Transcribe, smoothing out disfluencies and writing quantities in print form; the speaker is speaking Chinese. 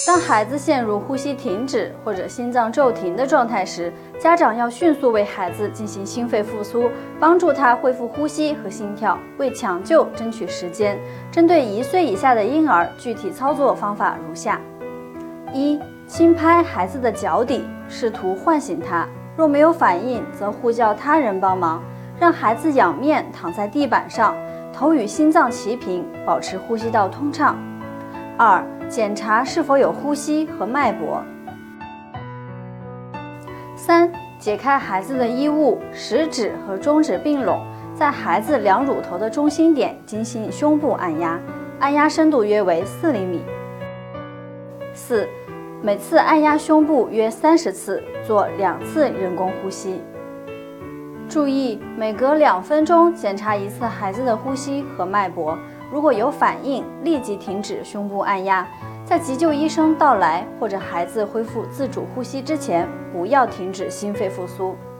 当孩子陷入呼吸停止或者心脏骤停的状态时，家长要迅速为孩子进行心肺复苏，帮助他恢复呼吸和心跳，为抢救争取时间。针对1岁以下的婴儿，具体操作方法如下： 1. 轻拍孩子的脚底，试图唤醒他，若没有反应，则呼叫他人帮忙，让孩子仰面躺在地板上，头与心脏齐平，保持呼吸道通畅。2. 检查是否有呼吸和脉搏。3. 解开孩子的衣物，食指和中指并拢，在孩子两乳头的中心点进行胸部按压，按压深度约为4厘米。4. 每次按压胸部约30次，做2次人工呼吸。注意，每隔2分钟检查1次孩子的呼吸和脉搏，如果有反应，立即停止胸部按压。在急救医生到来或者孩子恢复自主呼吸之前，不要停止心肺复苏。